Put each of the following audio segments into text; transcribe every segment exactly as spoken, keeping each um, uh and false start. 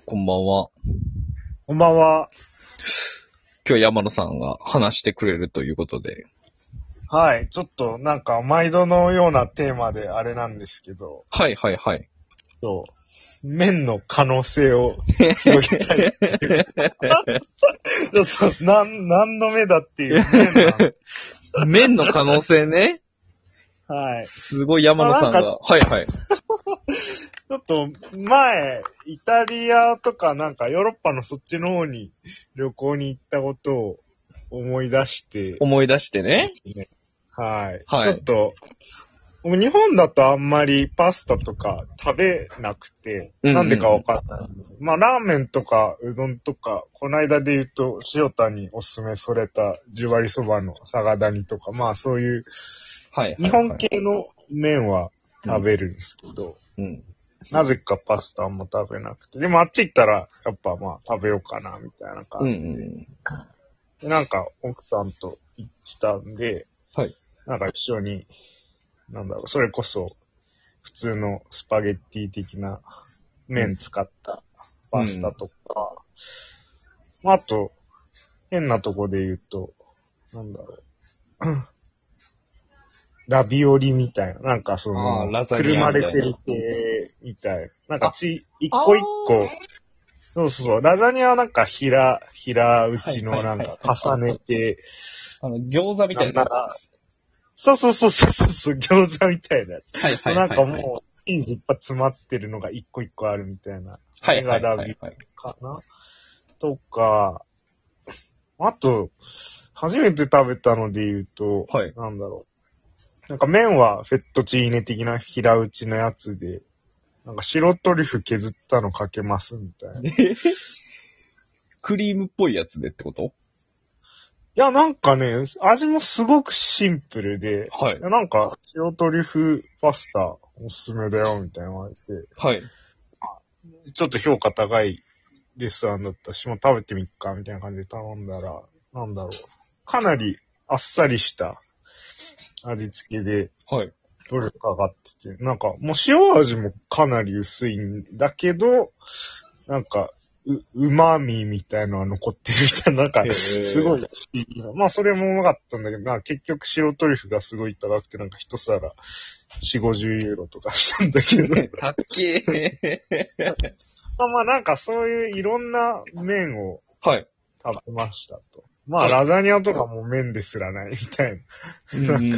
こんばんは。 こんばんは。 今日山野さんが話してくれるということで。 はい。ちょっとなんか毎度のようなテーマであれなんですけど、 はいはいはい。 そう麺の可能性を広げたい。ちょっと何、何度目だっていう麺なんです。 麺の可能性ね。 はい。 すごい山野さんが。 まあなんはいはい。 ちょっと前、イタリアとかなんかヨーロッパのそっちの方に旅行に行ったことを思い出して、 思い出してね。 はい。 はいちょっと、僕日本だとあんまりパスタとか食べなくて、 うんうんなんでかわかんない。まあラーメンとかうどんとか、この間で言うと塩田におすすめされた十割そばの佐賀谷とか、まあそういうはいはい、はい。 日本系の麺は食べるんですけど、 うん。 なぜかパスタも食べなくて。でもあっち行ったらやっぱまあ食べようかなみたいなうん感じで。 うん。 でなんか奥さんと行ったんで、 はい。 なんか一緒に、なんだろう、それこそ、普通のスパゲッティ的な麺使ったパスタとか、うん、あと、変なとこで言うと、なんだろう、ラビオリみたいな、なんかその、くるまれてる系みたいな、なんかち、一個一個、そうそうそう、ラザニアはなんか平、平打ちのなんか重ねて、 あの、餃子みたいな。 そうそうそうそうそう、餃子みたいなやつ。 はいはいはい、はい。 なんかもう、チーズいっぱい詰まってるのが一個一個あるみたいな。 はいはいはいはい、はい。かなとか、あと、初めて食べたので言うと、はい、なんだろう。なんか麺はフェットチーネ的な平打ちのやつで、なんか白トリュフ削ったのかけますみたいな。 クリームっぽいやつでってこと？ いや、なんかね、味もすごくシンプルで、はい。なんか、白トリュフパスタおすすめだよ、みたいな言われて、はい。ちょっと評価高いレストランだったし、もう食べてみっか、みたいな感じで頼んだら、なんだろう。かなりあっさりした味付けで、はい。どれかかってて、なんか、もう塩味もかなり薄いんだけど、なんか、う、旨味みたいのは残ってるみたいな、なんか、すごい不思議な。まあ、それもうまかったんだけど、まあ、結局白トリュフがすごい高くて、なんか一皿、よんじゅう、ごじゅうユーロとかしたんだけど。 たっけー。 まあまあ、なんかそういういろんな麺を、 はい。 食べましたと。はい、まあ、ラザニアとかも麺ですらないみたいな。 うんうんうんうんうん。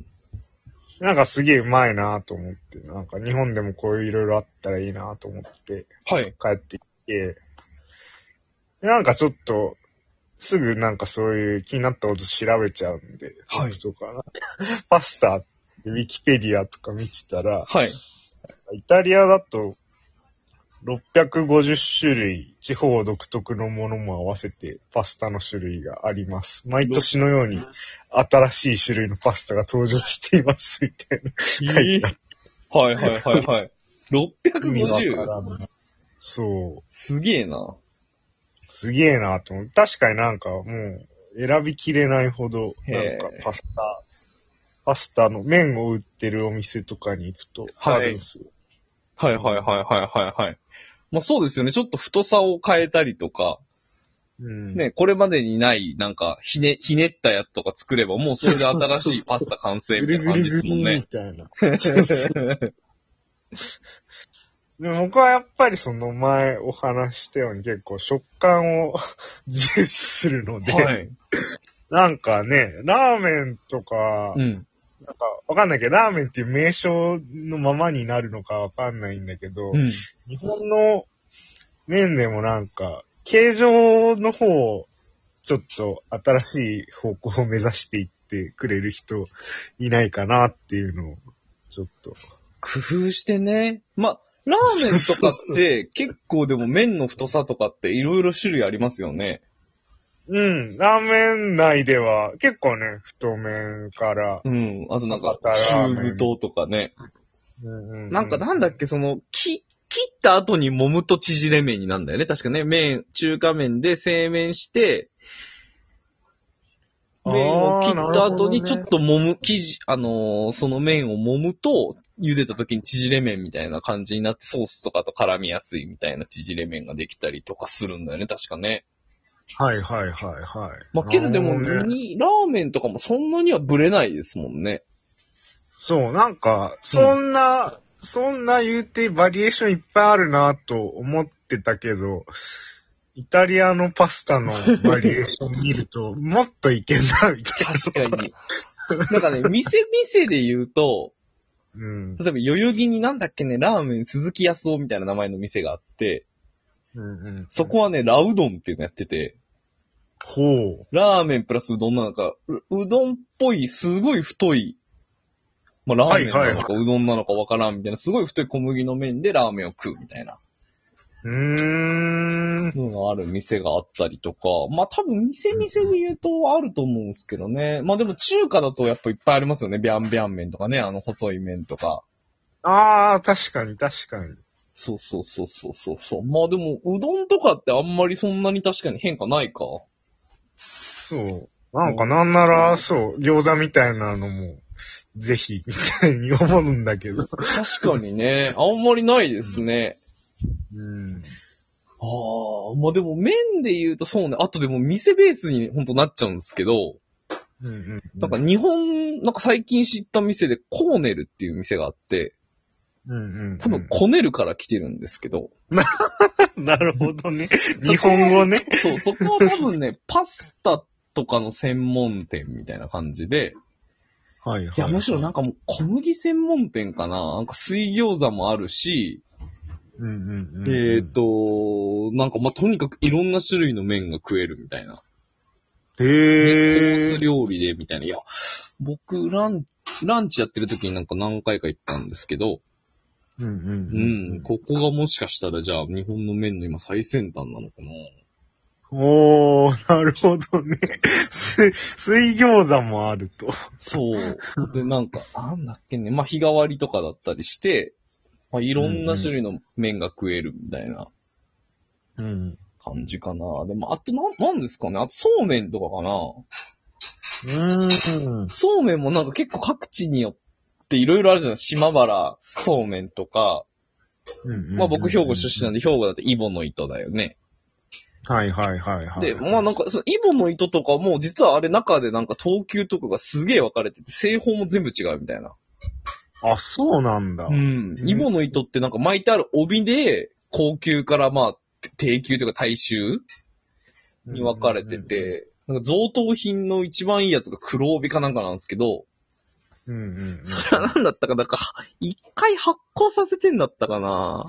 なんかすげえうまいなと思って、なんか日本でもこういういろいろあったらいいなと思って、はい。帰ってきて、なんかちょっと、すぐなんかそういう気になったこと調べちゃうんで、はい。とかな。パスタ、ウィキペディアとか見てたら、はい。イタリアだと、ろっぴゃくごじゅっしゅるい、地方独特のものも合わせてパスタの種類があります。毎年のように新しい種類のパスタが登場しています、みたいな書いてある。 はいはいはいはい。ろっぴゃくごじゅう? そう。 すげえな。 すげえなと思う。確かになんかもう選びきれないほど、なんかパスタ、パスタの麺を売ってるお店とかに行くとあるんですよ。 はいはいはいはいはいはい。まあそうですよね。ちょっと太さを変えたりとか、うん、ね、これまでにない、なんか、ひね、ひねったやつとか作れば、もうそれで新しいパスタ完成みたいな感じですもんね。 みたいな。でも僕はやっぱりその前お話したように結構食感を重視するので、はい、なんかね、ラーメンとか、うん、なんかわかんないけど、ラーメンっていう名称のままになるのかわかんないんだけど、うん、日本の麺でもなんか、形状の方をちょっと新しい方向を目指していってくれる人いないかなっていうのを、ちょっと。 工夫してね。ま、ラーメンとかって結構でも麺の太さとかっていろいろ種類ありますよね。 うん。ラーメン内では結構ね、太麺から。 うん。あとなんか、中太とかね。うんうんうん、なんかなんだっけ、その、き、切った後に揉むと縮れ麺になるんだよね。確かね、麺、中華麺で製麺して、 麺を切った後にちょっと揉む、生地、あのー、その麺を揉むと、茹でた時に縮れ麺みたいな感じになって、ソースとかと絡みやすいみたいな縮れ麺ができたりとかするんだよね、確かね。 はいはいはいはい。 まあ、けどでも、ね、ラーメンとかもそんなにはブレないですもんね。 そう、なんか、そんな、うん、そんな言うてバリエーションいっぱいあるなと思ってたけど、イタリアのパスタのバリエーション見ると、もっといけんな、みたいな。 確かに。なんかね、店店で言うと、 うん、 例えば代々木になんだっけね、ラーメン鈴木康夫みたいな名前の店があって、 うんうん、 そこはね、ラウドンっていうのやってて、 ほう。 ラーメンプラスうどんなのか、う、うどんっぽい、すごい太い、まあ、ラーメンなのか、はいはいはい、うどんなのかわからんみたいな、すごい太い小麦の麺でラーメンを食うみたいな。 うーん。 のがある店があったりとか、まあ多分店店で言うとあると思うんですけどね。まあでも中華だとやっぱいっぱいありますよね。ビャンビャン麺とかね、あの細い麺とか。 ああ、確かに確かに。 そうそうそうそうそうそう。まあでも、うどんとかってあんまりそんなに確かに変化ないか。 そう。なんかなんなら、そう、餃子みたいなのも、ぜひ、みたいに思うんだけど。 確かにね、あんまりないですね。 うん。 ああ、まあでも麺で言うとそうね、あとでも店ベースにほんとなっちゃうんですけど、 うんうんうん、 なんか日本、なんか最近知った店でコーネルっていう店があって、 うんうんうん、 多分コネルから来てるんですけど。 なるほどね。日本語ね。 そう、そこは多分ね、パスタとかの専門店みたいな感じで、 はいはい、はい。 いや、むしろなんかもう小麦専門店かな。なんか水餃子もあるし、 うんうんうん、 えっと、なんかまあ、とにかくいろんな種類の麺が食えるみたいな。 へー。 コース料理でみたいな。いや、僕、ラン、ランチやってる時になんか何回か行ったんですけど、 うんうんうん、 うん。ここがもしかしたらじゃあ日本の麺の今最先端なのかな。 おー、なるほどね。水、水餃子もあると。 そう。で、なんか、なんだっけね。まあ、日替わりとかだったりして、まあ、いろんな種類の麺が食えるみたいな感じかな。うん、でも、あとな、なんですかね。あと、そうめんとかかな。うーん。 そうめんもなんか結構各地によっていろいろあるじゃないですか。島原そうめんとか、うんうんうんうん、まあ僕兵庫出身なんで、兵庫だってイボの糸だよね。 はいはいはいはい。 で、まあなんか、そのイボの糸とかも、実はあれ中でなんか等級とかがすげえ分かれてて、製法も全部違うみたいな。 あ、そうなんだ。 うん。イボの糸ってなんか巻いてある帯で、高級からまあ、低級というか大衆に分かれてて、なんか贈答品の一番いいやつが黒帯かなんかなんですけど、 うんうんうん、 それはなんだったか、なんか、一回発酵させてんだったかな。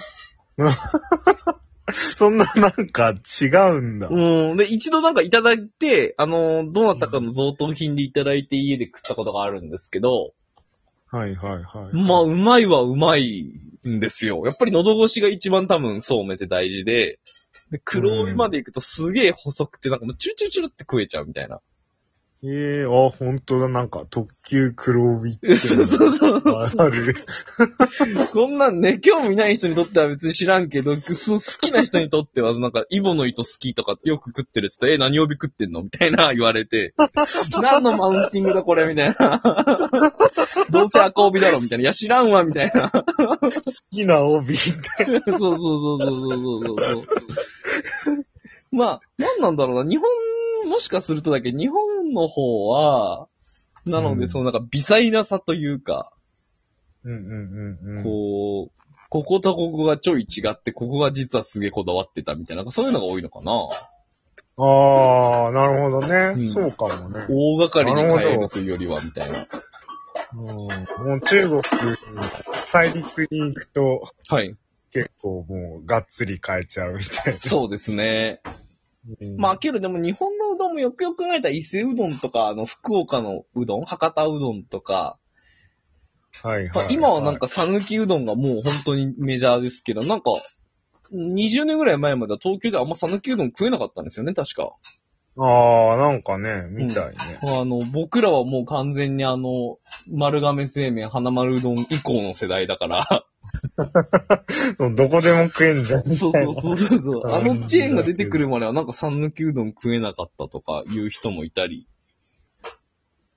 そんななんか違うんだ。 うん。で、一度なんかいただいて、あの、どうなったかの贈答品でいただいて家で食ったことがあるんですけど、 はいはいはい。 まあ、うまいはうまいんですよ。やっぱり喉越しが一番多分そうめんって大事で、で黒帯まで行くとすげえ細くて、なんかもうチュルチュルチュルって食えちゃうみたいな。 ええー、あ、ほんとだ、なんか、特急黒帯ってある。 こんなんね、興味ない人にとっては別に知らんけど、好きな人にとっては、なんか、イボの糸好きとかってよく食ってるって言ったら、え、何帯食ってんのみたいな言われて、何のマウンティングだこれみたいな。どうせ赤帯だろみたいな。いや、知らんわみたいな。 好きな帯みたいな。 そうそうそうそうそうそう。まあ、なんなんだろうな。日本、もしかするとだけ日本の方は、なので、うん、そのなんか微細な差というか、 うんうんうんうん、 こう、こことここがちょい違って、ここが実はすげえこだわってたみたいな、なんかそういうのが多いのかな。 ああ、なるほどね、うん。そうかもね。 大掛かりに変えるというよりは、みたいな。 うん、もう中国、大陸に行くと、 はい。 結構もうがっつり変えちゃうみたいな。 そうですね。うん、まあ、けどでも日本のうどんもよくよく考えたら伊勢うどんとか、あの、福岡のうどん、博多うどんとか、 はいはい、はい。 今はなんか讃岐うどんがもう本当にメジャーですけど、なんか、にじゅうねんぐらい前までは東京であんま讃岐うどん食えなかったんですよね、確か。 ああ、なんかね、みたいね、 うん。あの、僕らはもう完全にあの、丸亀製麺、花丸うどん以降の世代だから。 どこでも食えんじゃん。 そうそうそうそう。あのチェーンが出てくるまではなんか讃岐うどん食えなかったとかいう人もいたり。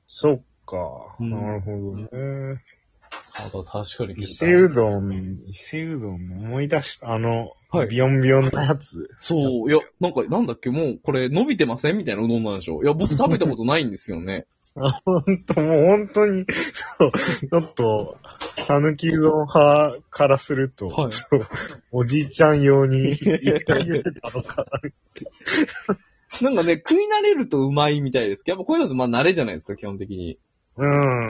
そっか。なるほどね。 ただ確かに。 伊勢うどん、伊勢うどん思い出した。あの、はい、ビヨンビヨンのやつ。 そう。いや、なんか、なんだっけ、もうこれ伸びてませんみたいなうどんなんでしょ。いや、僕食べたことないんですよね。 あ、ほんと、もう本当に、そう、ちょっと、さぬきうどん派からすると、はい、そう、おじいちゃん用に一回言ってたのかな。なんかね、食い慣れるとうまいみたいですけど、やっぱこういうのってまあ慣れじゃないですか、基本的に。 うん、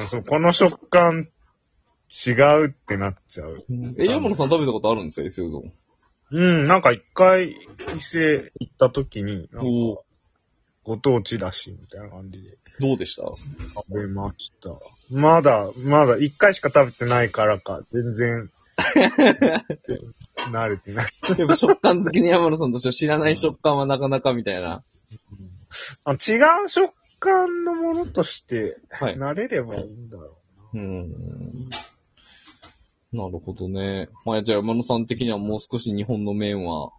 そう、この食感違うってなっちゃう。 え、山野さん食べたことあるんですか、伊勢うどん。 うん、なんか一回、伊勢行った時に、なんかご当地だし、みたいな感じで。 どうでした？ 食べました。まだ、まだ一回しか食べてないからか、全然、慣れてない。 やっぱ食感好きに山野さんとしては知らない食感はなかなかみたいな。 うん、あ違う食感のものとして、慣れればいいんだろうな。はい、うんなるほどね。まあ、じゃあ山野さん的にはもう少し日本の麺は、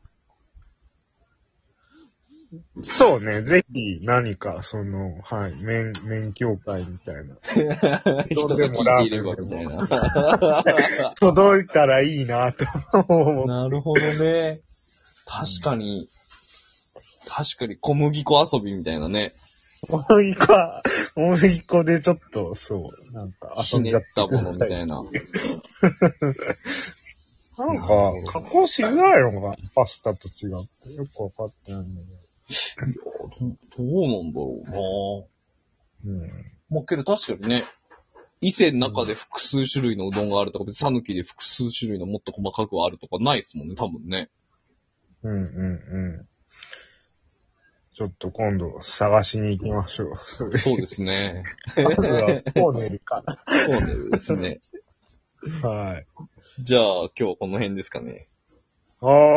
そうね、ぜひ何か、その、はい、麺、麺協会みたいな。 人でもラーメンでもみたいな。 届いたらいいなと思って。 なるほどね。確かに、うん、確かに小麦粉遊びみたいなね。 小麦粉は、小麦粉でちょっと、そう、なんか遊んじゃったものみたいな。 なんか、加工しづらいのがパスタと違って、よくわかってないんだけど。 いや、ど、どうなんだろうな。うん。まあ、けど確かにね、伊勢の中で複数種類のうどんがあるとか、別に讃岐で複数種類のもっと細かくはあるとかないですもんね、多分ね。 うんうんうん。ちょっと今度探しに行きましょう。 そうですね。 まずは、コーネルか。 コーネルですね。 はい。 じゃあ、今日はこの辺ですかね。 ああ。